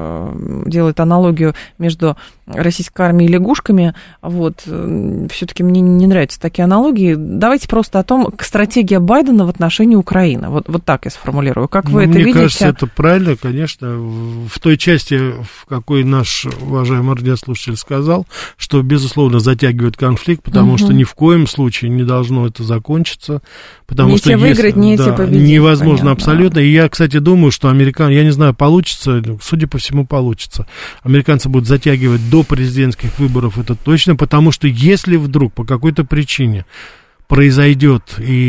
э, делает аналогию между российской армией и лягушками. Вот. Все-таки мне не нравятся такие аналогии. Давайте просто о том, стратегия Байдена в отношении Украины. Вот, вот так я сформулирую. Как вы ну, это мне видите? Мне кажется, это правильно, конечно. В той части, в какой наш уважаемый радиослушатель сказал, что, безусловно, затягивает конфликт, потому угу. что ни в коем случае не должно это закончиться. Потому не что те выиграть, если, не да, те победить. Невозможно понятно. Абсолютно. И я, кстати, думаю, что американцы, я не знаю, получится, судя по всему, получится. Американцы будут затягивать до президентских выборов, это точно, потому что если вдруг по какой-то причине произойдет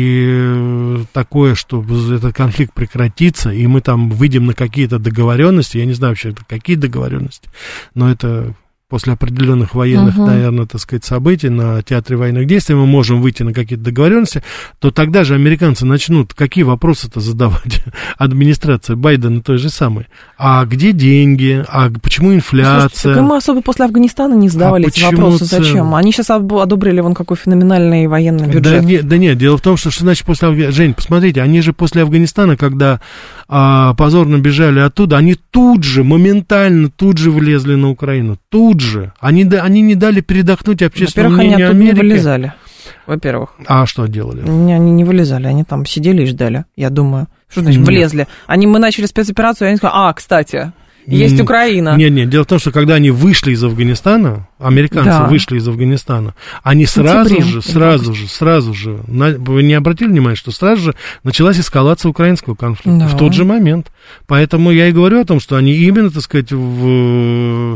и такое, что этот конфликт прекратится, и мы там выйдем на какие-то договоренности, я не знаю вообще, какие договоренности, но это... После определенных военных, uh-huh. наверное, так сказать, событий на театре военных действий мы можем выйти на какие-то договоренности, то тогда же американцы начнут какие вопросы-то задавать администрации Байдена той же самой. А где деньги? А почему инфляция? Слушайте, так мы особо после Афганистана не задавали а эти вопросы. Цен... Зачем? Они сейчас одобрили вон какой феноменальный военный бюджет. Да, не, да нет, дело в том, что, что значит после Афганистана... Жень, посмотрите, они же после Афганистана, когда а, позорно бежали оттуда, они тут же, моментально, тут же влезли на Украину. Тут же. Они, они не дали передохнуть общественному мнению Америки. Во-первых, они оттуда не вылезали. Во-первых. А что делали? Они не вылезали, они там сидели и ждали, я думаю. Что значит Нет. влезли? Они, мы начали спецоперацию, и они сказали, а, кстати... Есть Украина. Нет, нет, дело в том, что когда они вышли из Афганистана, американцы да. вышли из Афганистана, они сразу Сентябрем. же, сразу же, сразу же, на, вы не обратили внимания, что сразу же началась эскалация украинского конфликта да. в тот же момент. Поэтому я и говорю о том, что они именно, так сказать, в,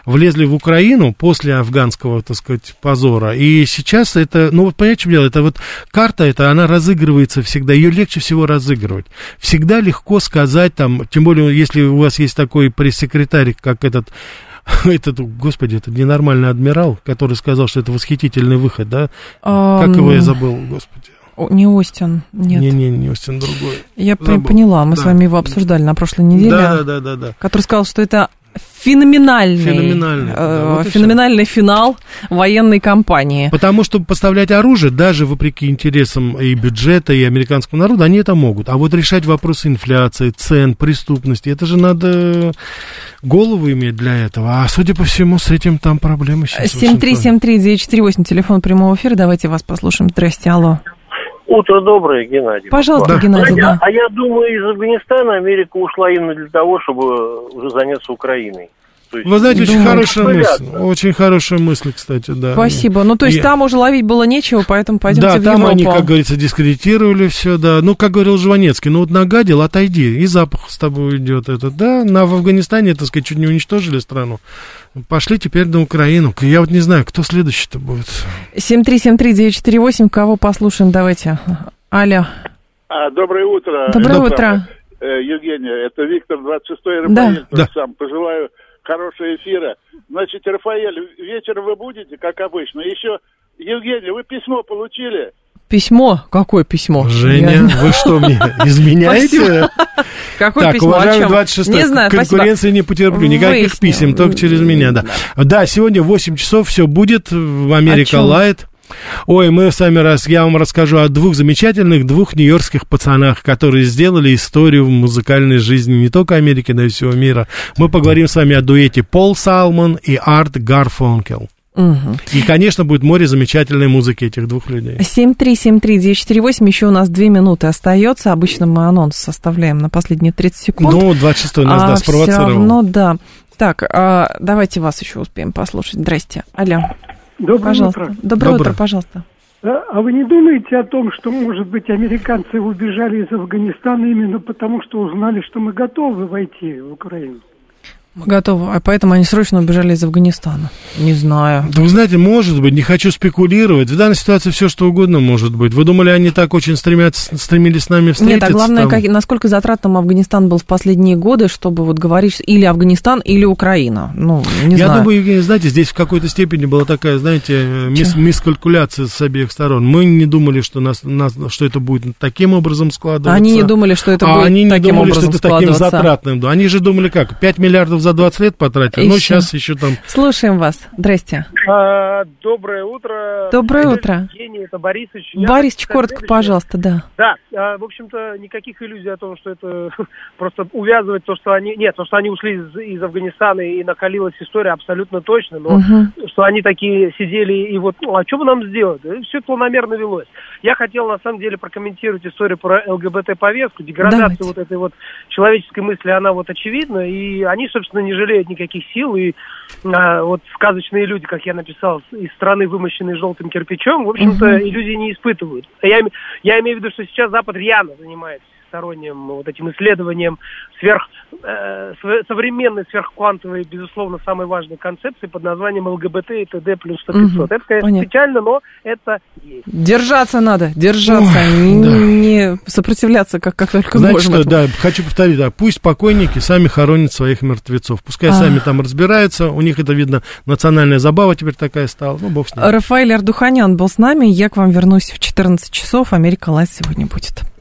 влезли в Украину после афганского, так сказать, позора. И сейчас это, ну вот понимаете, что дело, это вот карта эта, она разыгрывается всегда, ее легче всего разыгрывать. Всегда легко сказать там, тем более, если у вас есть такой пресс-секретарь, как этот, этот, господи, это ненормальный адмирал, который сказал, что это восхитительный выход, да? Um... Как его я забыл, господи. О, не Остин, нет. Не-не, не Остин, другой. Я Забыл. поняла, мы да. с вами его обсуждали на прошлой неделе. Да, да, да, да. Который сказал, что это феноменальный, феноменальный, э, да, вот феноменальный финал военной кампании. Потому что поставлять оружие, даже вопреки интересам и бюджета, и американского народа, они это могут. А вот решать вопросы инфляции, цен, преступности, это же надо голову иметь для этого. А судя по всему, с этим там проблемы сейчас. семь три семь три девять четыре восемь, телефон прямого эфира. Давайте вас послушаем. Здрасте, алло. Утро доброе, Геннадий. Пожалуйста, да. Геннадий. А, да. а я думаю, из Афганистана Америка ушла именно для того, чтобы уже заняться Украиной. То есть, вы знаете, очень думаю, хорошая мысль. Очень хорошая мысль, кстати, да. Спасибо. Ну, то есть, и... там уже ловить было нечего, поэтому пойдемте да, в там Европу. они, как говорится, дискредитировали все, да. Ну, как говорил Жванецкий, ну вот нагадил, отойди, и запах с тобой идет этот, да. На, в Афганистане, так сказать, чуть не уничтожили страну. Пошли теперь на Украину. Я вот не знаю, кто следующий-то будет. семь три семь три девять четыре восемь, кого послушаем, давайте. Алло. А, доброе утро. Доброе это утро. Сам, э, Евгения, это Виктор, двадцать шестой Да. Рафаэль. Да. Сам пожелаю хорошего эфира. Значит, Рафаэль, вечером вы будете, как обычно. Еще, Евгения, вы письмо получили? Письмо? Какое письмо? Женя, Я... вы что, мне изменяете? Какое так, письмо? уважаемый двадцать шестой, не знаю, конкуренции спасибо. не потерплю, никаких Выясню. писем, только через меня, да. Да, сегодня в восемь часов все будет, в Америка Лайт. Ой, мы с вами раз, я вам расскажу о двух замечательных, двух нью-йоркских пацанах, которые сделали историю в музыкальной жизни не только Америки, но и всего мира. Мы поговорим с вами о дуэте Пол Салмон и Арт Гарфанкел. Угу. И, конечно, будет море замечательной музыки этих двух людей. семь три семь три девять четыре восемь, еще у нас две минуты остается. Обычно мы анонс составляем на последние тридцать секунд. Ну, двадцать шестой нас, а, да, спровоцировал. Все равно, да. Так, а, давайте вас еще успеем послушать. Здрасте. Алло. Доброе пожалуйста. утро. Доброе, Доброе утро, пожалуйста. А вы не думаете о том, что, может быть, американцы убежали из Афганистана именно потому, что узнали, что мы готовы войти в Украину? Мы готовы, а поэтому они срочно убежали из Афганистана. Не знаю. Да вы знаете, может быть, не хочу спекулировать. В данной ситуации все что угодно может быть. Вы думали, они так очень стремятся, стремились с нами встретиться? Нет, а главное, как, насколько затратным Афганистан был в последние годы, чтобы вот говорить или Афганистан, или Украина. Ну, не Я знаю. думаю, Евгений, знаете, здесь в какой-то степени была такая, знаете, мис- мискалькуляция с обеих сторон. Мы не думали, что, нас, нас, что это будет таким образом складываться. Они не думали, что это а будет они не таким думали, образом что это таким затратным. Они же думали, как, пять миллиардов за двадцать лет потратили, но сейчас еще там... Слушаем вас. Здрасте. А, доброе утро. Доброе это утро. Евгений, это Борисович. Борисович, коротко, следующее. пожалуйста, да. Да, а, в общем-то, никаких иллюзий о том, что это просто увязывать то, что они... Нет, то, что они ушли из, из Афганистана и накалилась история, абсолютно точно, но Угу. что они такие сидели и вот, ну, а что бы нам сделать? Все планомерно велось. Я хотел, на самом деле, прокомментировать историю про ЛГБТ-повестку, деградацию Давайте. вот этой вот человеческой мысли, она вот очевидна, и они, собственно, не жалеют никаких сил, и а, вот сказочные люди, как я написал, из страны, вымощенной желтым кирпичом, в общем-то, uh-huh. иллюзий не испытывают. Я, я имею в виду, что сейчас Запад рьяно занимается сторонним вот этим исследованием сверх, э, современной сверхквантовой, безусловно, самой важной концепции под названием ЛГБТ и ТД плюс сто пятьсот. Угу, это, конечно, понятно. Печально, но это есть. Держаться надо, держаться, Ой, не, да. не сопротивляться, как, как только Знаете можем. Что, да, хочу повторить, да, пусть покойники сами хоронят своих мертвецов. Пускай а. сами там разбираются, у них это, видно, национальная забава теперь такая стала. Ну, бог с ним. Рафаэль Ардуханян был с нами, я к вам вернусь в четырнадцать часов. Америка Лайт сегодня будет.